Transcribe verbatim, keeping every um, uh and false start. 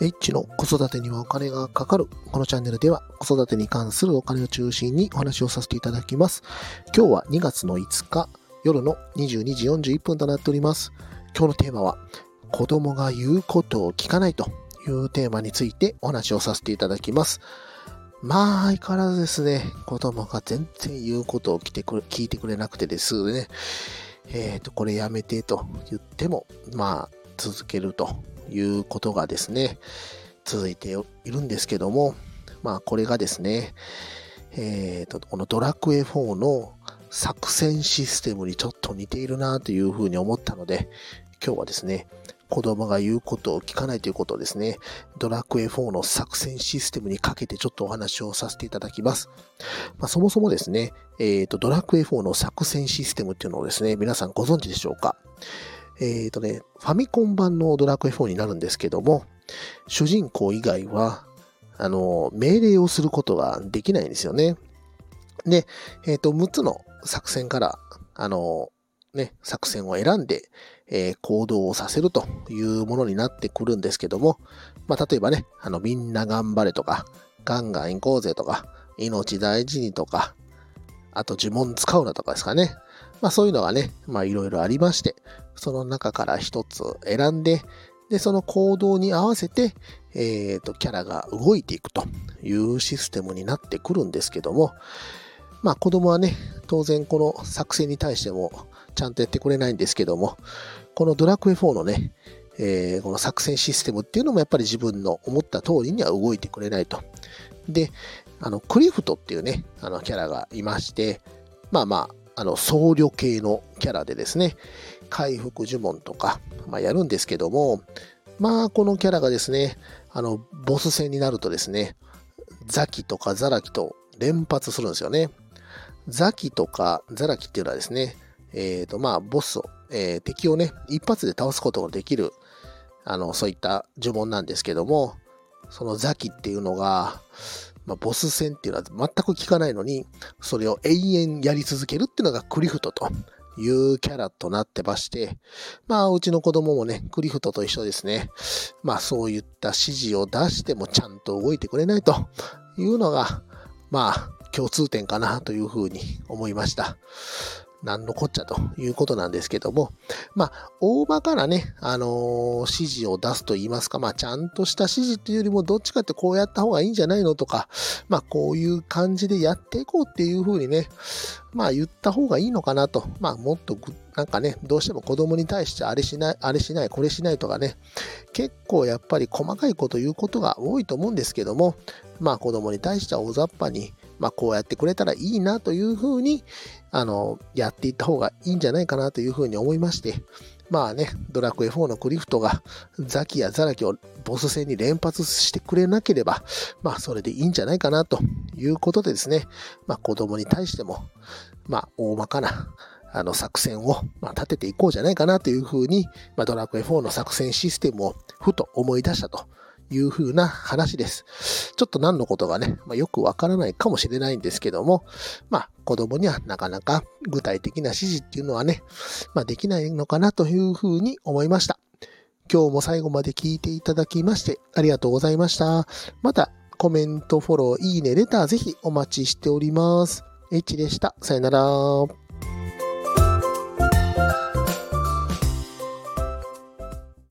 H の子育てにはお金がかかる。このチャンネルでは子育てに関するお金を中心にお話をさせていただきます。今日はにがつのいつか夜のにじゅうにじよんじゅういっぷんとなっております。今日のテーマは子供が言うことを聞かないというテーマについてお話をさせていただきます。まあ相変わらずですね、子供が全然言うことを聞いてくれ、聞いてくれなくてですね、えっと、これやめてと言っても、まあ続けるということがですね、続いているんですけども、まあこれがですね、えっと、このドラクエフォーの作戦システムにちょっと似ているなというふうに思ったので、今日はですね、子供が言うことを聞かないということをですね、ドラクエフォーの作戦システムにかけてちょっとお話をさせていただきます。まあ、そもそもですね、えっと、ドラクエフォーの作戦システムっていうのをですね、皆さんご存知でしょうか？えっとね、ファミコン版のドラクエフォーになるんですけども、主人公以外は、あの、命令をすることができないんですよね。で、えっと、むっつの作戦から、あの、ね、作戦を選んで、えー、行動をさせるというものになってくるんですけども、まあ、例えばね、あの、みんな頑張れとか、ガンガン行こうぜとか、命大事にとか、あと呪文使うなとかですかね。まあ、そういうのがね、まあ、いろいろありまして、その中から一つ選んで、で、その行動に合わせて、えっと、キャラが動いていくというシステムになってくるんですけども、まあ子供はね、当然この作戦に対してもちゃんとやってくれないんですけども、このドラクエフォーのね、えー、この作戦システムっていうのもやっぱり自分の思った通りには動いてくれないと。で、あの、クリフトっていうね、あのキャラがいまして、まあまあ、あの、僧侶系のキャラでですね、回復呪文とか、まあやるんですけども、まあこのキャラがですね、あの、ボス戦になるとですね、ザキとかザラキと連発するんですよね。ザキとかザラキっていうのはですね、えっと、まあ、ボスを、えー、敵をね、一発で倒すことができる、あの、そういった呪文なんですけども、そのザキっていうのが、まあ、ボス戦っていうのは全く効かないのに、それを永遠やり続けるっていうのがクリフトというキャラとなってまして、まあ、うちの子供もね、クリフトと一緒ですね。まあ、そういった指示を出してもちゃんと動いてくれないというのが、まあ、共通点かなというふうに思いました。なんのこっちゃということなんですけども、まあ、大まかなね、あのー、指示を出すと言いますか、まあ、ちゃんとした指示というよりも、どっちかってこうやった方がいいんじゃないのとか、まあ、こういう感じでやっていこうっていうふうにね、まあ、言った方がいいのかなと。まあ、もっとなんかね、どうしても子供に対してあれしない、あれしない、これしないとかね、結構やっぱり細かいこと言うことが多いと思うんですけども、まあ、子供に対しては大雑把に、まあ、こうやってくれたらいいなというふうに、あの、やっていった方がいいんじゃないかなというふうに思いまして、まあね、ドラクエフォーのクリフトがザキやザラキをボス戦に連発してくれなければ、まあそれでいいんじゃないかなということでですね、まあ子供に対しても、まあ大まかなあの作戦をまあ立てていこうじゃないかなというふうに、まあ、ドラクエフォーの作戦システムをふと思い出したというふうな話です。ちょっと何のことがね、まあ、よくわからないかもしれないんですけども、まあ子供にはなかなか具体的な指示っていうのはね、まあできないのかなというふうに思いました。今日も最後まで聞いていただきましてありがとうございました。またコメント、フォロー、いいね、レターぜひお待ちしております。H でした。さよなら。